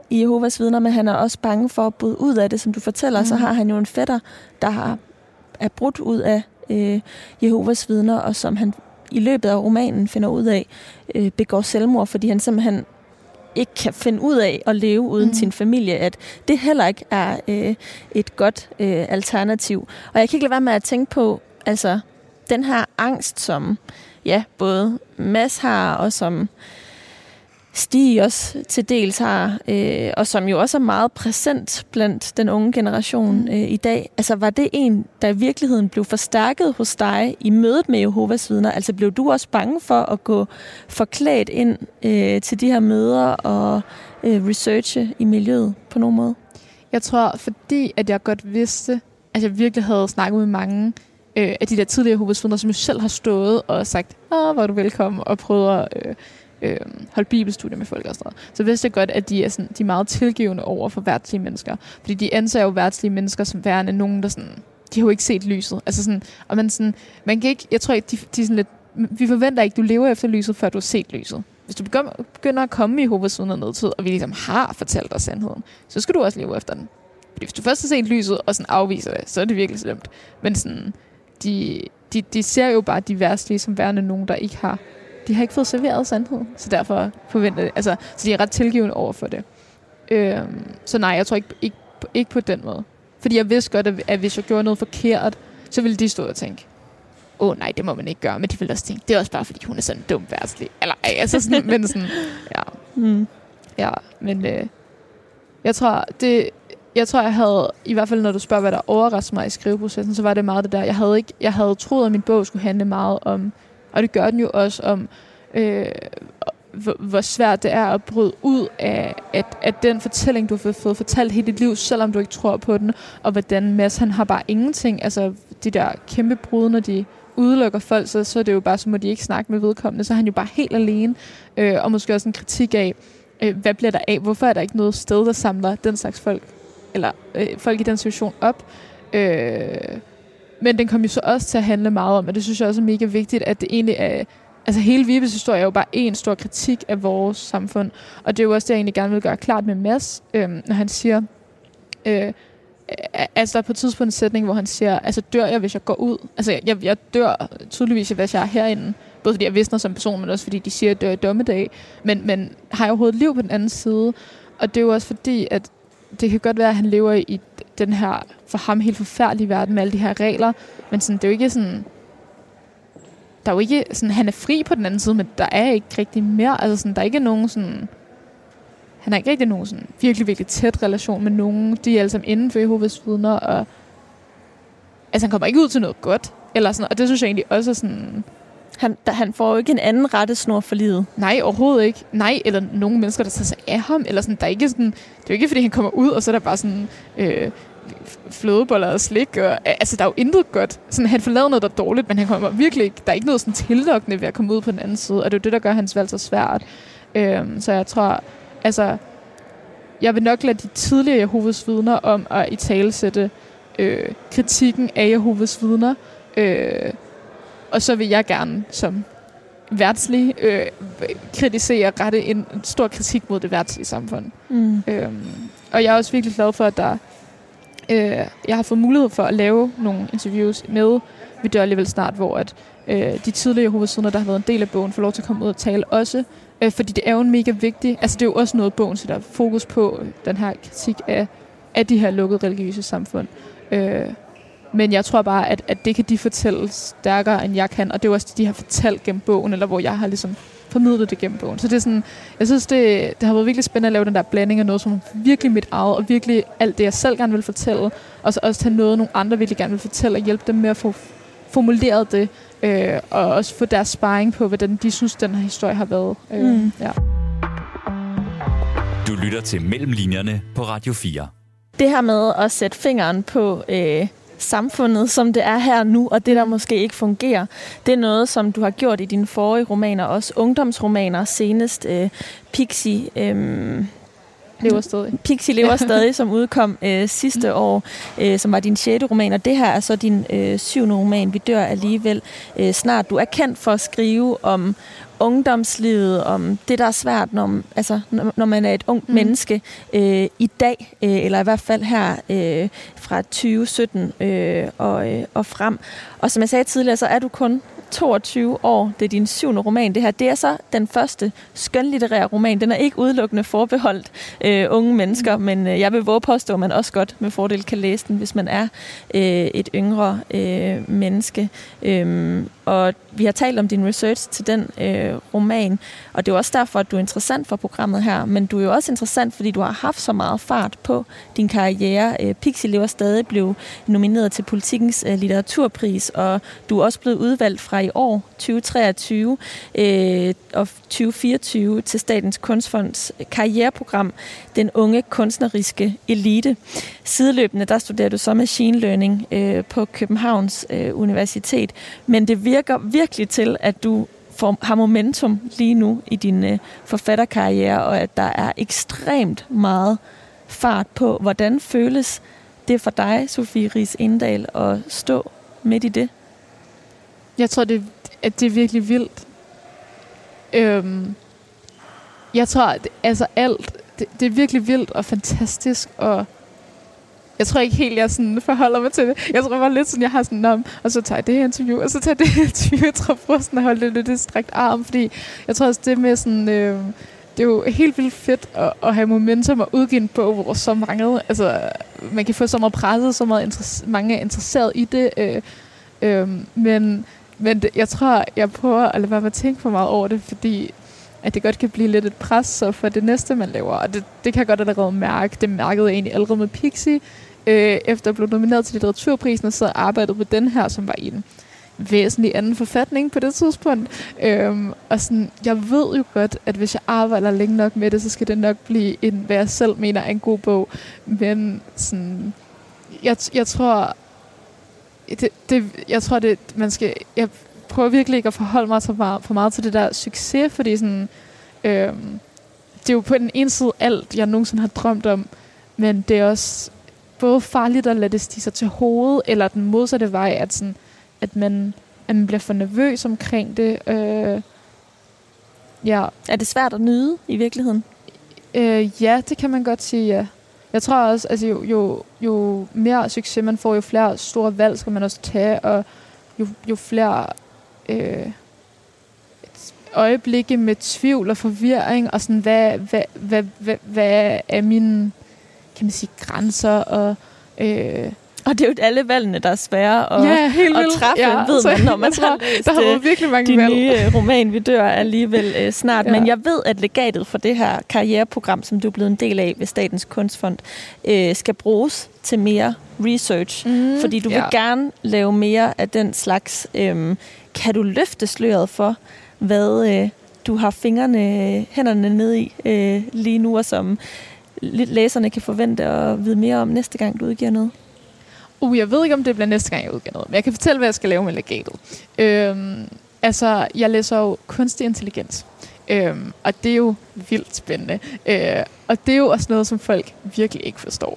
i Jehovas vidner, men han er også bange for at bryde ud af det, som du fortæller. Så har han jo en fætter, der er brudt ud af Jehovas vidner, og som han i løbet af romanen finder ud af, begår selvmord, fordi han simpelthen ikke kan finde ud af at leve uden sin familie, at det heller ikke er et godt alternativ. Og jeg kan ikke lade være med at tænke på, altså den her angst, som både Mads har, og som Stig også til dels har, og som jo også er meget præsent blandt den unge generation i dag. Altså var det en, der i virkeligheden blev forstærket hos dig i mødet med Jehovas vidner? Altså blev du også bange for at gå forklædt ind til de her møder og researche i miljøet på nogen måde? Jeg tror, fordi at jeg godt vidste, at jeg virkelig havde snakket med mange af de der tidligere Jehovas vidner, som jo selv har stået og sagt, hvor er du velkommen, og prøvet at holde bibelstudier med folk og sådan noget. Så vidste jeg godt, at de er meget tilgivende over for verdslige mennesker. Fordi de anser jo verdslige mennesker som værende nogen, der sådan, de har jo ikke set lyset. Altså sådan, og man kan ikke, jeg tror ikke, de sådan lidt, vi forventer ikke, du lever efter lyset, før du har set lyset. Hvis du begynder at komme i Jehovas vidner nedtid, og vi ligesom har fortalt dig sandheden, så skal du også leve efter den. Fordi hvis du først har set lyset, og sådan afviser det, så er det virkelig slemt. Men sådan, de ser jo bare de verdslige som værende nogen, der ikke har. De har ikke fået serveret sandheden, så derfor forventer det. Altså, så de er ret tilgivende over for det. Så nej, jeg tror ikke på den måde. Fordi jeg vidste godt, at hvis jeg gjorde noget forkert, så ville de stå og tænke, nej, det må man ikke gøre. Men de ville også tænke, det er også bare, fordi hun er sådan dum værdslig. Eller altså sådan, men sådan, ja. Ja, men jeg tror, jeg havde, i hvert fald når du spørger, hvad der overraskede mig i skriveprocessen, så var det meget det der. Jeg havde troet, at min bog skulle handle meget om, og det gør den jo også om, hvor svært det er at bryde ud af den fortælling, du har fået fortalt hele dit liv, selvom du ikke tror på den, og hvordan Mads, han har bare ingenting. Altså, de der kæmpe brud, når de udelukker folk, så er det jo bare, så må de ikke snakke med vedkommende, så er han jo bare helt alene, og måske også en kritik af, hvad bliver der af? Hvorfor er der ikke noget sted, der samler den slags folk, eller folk i den situation op? Men den kom jo så også til at handle meget om, og det synes jeg også er mega vigtigt, at det egentlig er, altså hele Vibes historie er jo bare en stor kritik af vores samfund, og det er jo også det, jeg egentlig gerne vil gøre klart med Mads, når han siger, altså der er på et tidspunkt en sætning, hvor han siger, altså dør jeg, hvis jeg går ud? Altså jeg dør tydeligvis, hvis jeg er herinde, både fordi jeg visner som person, men også fordi de siger, at jeg dør i dommedag, men har jeg overhovedet liv på den anden side? Og det er jo også fordi, at det kan godt være, at han lever i den her, for ham helt forfærdelige verden med alle de her regler, men sådan, det er jo ikke sådan, der er jo ikke sådan, han er fri på den anden side, men der er ikke rigtig mere, altså sådan, der er ikke nogen sådan, han har ikke rigtig nogen sådan virkelig, virkelig tæt relation med nogen, de er alle sammen inden for Jehovas vidner, og altså han kommer ikke ud til noget godt, eller sådan, og det synes jeg egentlig også er sådan, Han får jo ikke en anden rettesnor for livet. Nej, overhovedet ikke. Nej, eller nogen mennesker, der tager sig af ham. Eller sådan, der er ikke sådan, det er jo ikke, fordi han kommer ud, og så er der bare sådan flødeboller og slik. Og, altså, der er jo intet godt. Sådan, han får lavet noget, der er dårligt, men han kommer virkelig ikke. Der er ikke noget sådan tillokkende ved at komme ud på den anden side. Og det er jo det, der gør hans valg så svært. Så jeg tror, altså, jeg vil nok lade de tidligere Jehovas vidner om at italesætte kritikken af Jehovas vidner. Og så vil jeg gerne som værtslig kritisere, rette en stor kritik mod det værtslige samfund. Og jeg er også virkelig glad for, at jeg har fået mulighed for at lave nogle interviews med Vi dør alligevel snart, hvor at, de tidligere Jehovas vidner, der har været en del af bogen, får lov til at komme ud og tale også. Fordi det er jo en mega vigtig, altså det er jo også noget, bogen sætter fokus på, den her kritik af de her lukkede religiøse samfund. Men jeg tror bare, at det kan de fortælle stærkere, end jeg kan. Og det er jo også det, de har fortalt gennem bogen, eller hvor jeg har ligesom formidlet det gennem bogen. Så det er sådan, jeg synes, det har været virkelig spændende at lave den der blanding af noget, som virkelig mit eget, og virkelig alt det, jeg selv gerne vil fortælle. Og så også tage noget, nogle andre virkelig gerne vil fortælle, og hjælpe dem med at få formuleret det. Og også få deres sparring på, hvordan de synes, den her historie har været. Ja. Du lytter til Mellemlinjerne på Radio 4. Det her med at sætte fingeren på samfundet, som det er her nu, og det, der måske ikke fungerer, det er noget, som du har gjort i dine forrige romaner, også ungdomsromaner, senest Pixie lever stadig. Pixie lever stadig, som udkom sidste år, som var din 6. roman, og det her er så din 7. roman, Vi dør alligevel snart. Du er kendt for at skrive om ungdomslivet, om det, der er svært, når man er et ungt menneske i dag, eller i hvert fald her fra 2017 og frem. Og som jeg sagde tidligere, så er du kun 22 år. Det er din 7. roman, det her. Det er så den første skønlitterære roman. Den er ikke udelukkende forbeholdt unge mennesker, men jeg vil våge påstå, at man også godt med fordel kan læse den, hvis man er et yngre menneske. Og vi har talt om din research til den roman, og det er også derfor, at du er interessant for programmet her, men du er jo også interessant, fordi du har haft så meget fart på din karriere. Pixie Lever Stadig blev nomineret til Politikens litteraturpris, og du er også blevet udvalgt fra i år, 2023 og 2024, til Statens Kunstfonds karriereprogram, Den Unge Kunstneriske Elite. Sideløbende, der studerer du så machine learning på Københavns Universitet, men det virker virkelig til, at du har momentum lige nu i din forfatterkarriere, og at der er ekstremt meget fart på. Hvordan føles det for dig, Sofie Riis Indahl, at stå midt i det? Jeg tror, at det er virkelig vildt. Jeg tror, alt, det er virkelig vildt og fantastisk, og jeg tror ikke helt, jeg sådan forholder mig til det. Jeg tror bare lidt sådan, jeg har sådan, og så tager jeg det her interview, og så tager jeg det her interview. Jeg tror brusten at holde det lidt strakt arm, fordi jeg tror også, det med sådan, det er jo helt vildt fedt at have momentum og udgive en bog, hvor så mange, man kan få så meget presset, så meget mange er interesseret i det. Men jeg tror, jeg prøver at lade være med at tænke for meget over det, fordi at det godt kan blive lidt et pres så for det næste, man laver. Og det kan jeg godt allerede mærke. Det mærkede jeg egentlig allerede med Pixie, efter at blive nomineret til litteraturprisen, og så arbejdede på den her, som var i en væsentlig anden forfatning på det tidspunkt. Og sådan, jeg ved jo godt, at hvis jeg arbejder længe nok med det, så skal det nok blive hvad jeg selv mener er en god bog. Men sådan, jeg tror, jeg prøver virkelig ikke at forholde mig for meget til det der succes, fordi sådan, det er jo på den ene side alt, jeg nogensinde har drømt om, men det er også både farligt at lade det stige sig til hovedet, eller den modsatte vej, at man bliver for nervøs omkring det. Ja. Er det svært at nyde i virkeligheden? Ja, det kan man godt sige, ja. Jeg tror også, jo mere succes man får, jo flere store valg skal man også tage, og jo flere øjeblikke med tvivl og forvirring, og sådan, hvad er mine, kan man sige, grænser, og det er jo alle valgene, der er svære at træffe, ved man, når man har læst der har virkelig mange valg. Nye roman, Vi dør alligevel snart. Ja. Men jeg ved, at legatet for det her karriereprogram, som du er blevet en del af ved Statens Kunstfond, skal bruges til mere research. Fordi du vil gerne lave mere af den slags. Kan du løfte sløret for, hvad du har hænderne nede i lige nu, og som læserne kan forvente at vide mere om næste gang, du udgiver noget? Jeg ved ikke, om det bliver næste gang, jeg udgiver noget, men jeg kan fortælle, hvad jeg skal lave med legatet. Jeg læser jo kunstig intelligens, og det er jo vildt spændende. Og det er jo også noget, som folk virkelig ikke forstår.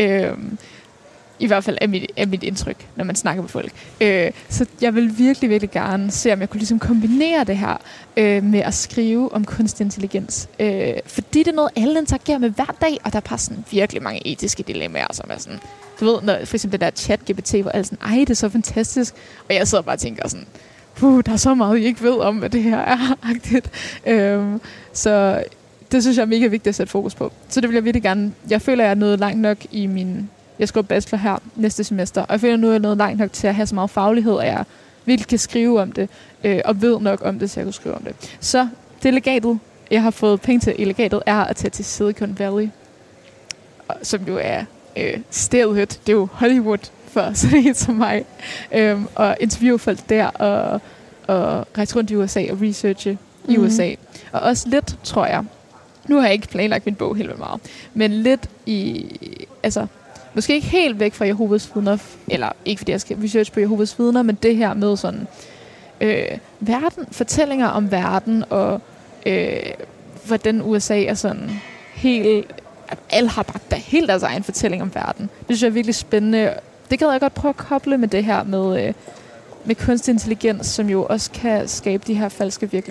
I hvert fald er mit indtryk, når man snakker med folk. Så jeg vil virkelig, virkelig gerne se, om jeg kunne ligesom kombinere det her med at skrive om kunstig intelligens. Fordi det er noget, alle interagerer med hver dag, og der er bare sådan virkelig mange etiske dilemmaer, som er sådan, du ved, når for eksempel det der chat-GPT, hvor alle sådan, det er så fantastisk. Og jeg sidder bare og tænker sådan, der er så meget, I ikke ved om, hvad det her er. Så det synes jeg er mega vigtigt at sætte fokus på. Så det vil jeg virkelig gerne. Jeg føler, jeg er nået langt nok i jeg skriver bachelor her næste semester, og jeg føler, jeg er nået langt nok til at have så meget faglighed, at jeg virkelig kan skrive om det, og ved nok om det, så jeg kan skrive om det. Så det legatet, jeg har fået penge til i legatet, er at tage til Silicon Valley, som jo er stedet. Det er jo Hollywood for sådan en som mig. Og interviewe folk der, og rejse rundt i USA og researche i USA. Og også lidt, tror jeg, nu har jeg ikke planlagt min bog helt vildt meget, men lidt måske ikke helt væk fra Jehovas vidner, eller ikke fordi jeg skal research på Jehovas vidner, men det her med sådan fortællinger om verden, og hvordan USA er sådan helt, alle har bare helt deres egen fortælling om verden. Det synes jeg er virkelig spændende. Det kan jeg godt prøve at koble med det her med kunstig intelligens, som jo også kan skabe de her falske virkeligheder.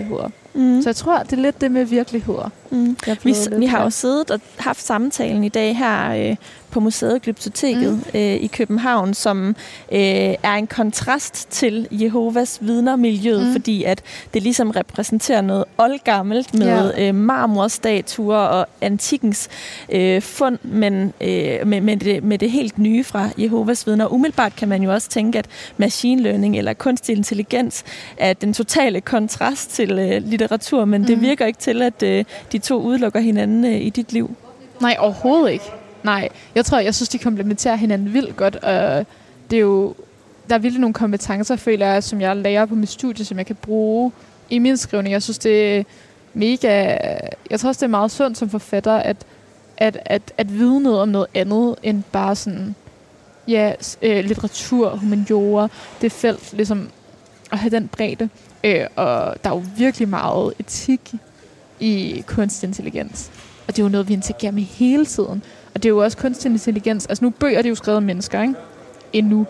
Så jeg tror, det er lidt det med virkeligheder. Vi har jo siddet og haft samtalen i dag her på Museet Glyptoteket i København, som er en kontrast til Jehovas vidner-miljøet, fordi at det ligesom repræsenterer noget oldgammelt med marmorstatuer og antikkens fund, men med det helt nye fra Jehovas vidner. Umiddelbart kan man jo også tænke, at machine learning eller kunstig intelligens er den totale kontrast til litteratur, men det virker ikke til, at de to udelukker hinanden i dit liv. Nej, overhovedet ikke. Nej, jeg synes, de komplementerer hinanden vildt godt, og det er jo, der er virkelig nogle kompetencer, føler jeg, som jeg lærer på mit studie, som jeg kan bruge i min skrivning. Jeg synes, det er mega, jeg tror også, det er meget sundt som forfatter, at vide noget om noget andet, end bare sådan, litteratur, humaniora, det felt, ligesom at have den bredde. Og der er jo virkelig meget etik i kunstig intelligens. Og det er jo noget, vi interagerer med hele tiden. Og det er jo også kunstig intelligens. Altså nu bøger, det er jo skrevet af mennesker, ikke? Endnu.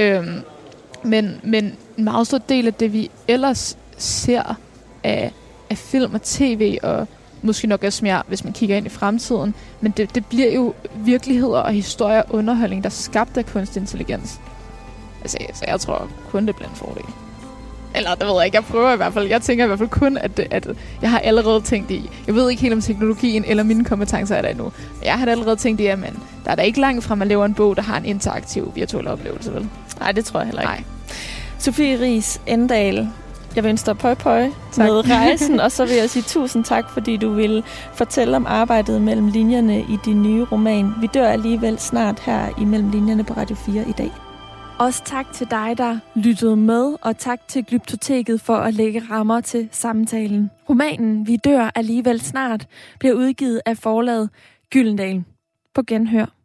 Men en meget stor del af det, vi ellers ser af film og tv, og måske nok også mere, hvis man kigger ind i fremtiden, men det bliver jo virkeligheder og historier og underholdning, der er skabt af kunstig intelligens. Altså, jeg tror kun, det bliver en fordel. Eller, det ved jeg ikke. Jeg prøver i hvert fald. Jeg tænker i hvert fald kun, at jeg har allerede tænkt i... Jeg ved ikke helt om teknologien eller mine kompetencer er der endnu. Men jeg har allerede tænkt i, at der er da ikke langt fra, at man laver en bog, der har en interaktiv virtuel oplevelse, vel? Nej, det tror jeg heller ikke. Nej. Sofie Riis Endahl, jeg vil ønske dig pøj med rejsen, og så vil jeg sige tusind tak, fordi du vil fortælle om arbejdet mellem linjerne i din nye roman. Vi dør alligevel snart her i Mellem Linjerne på Radio 4 i dag. Også tak til dig, der lyttede med, og tak til Glyptoteket for at lægge rammer til samtalen. Romanen Vi dør alligevel snart bliver udgivet af forlaget Gyldendal. På genhør.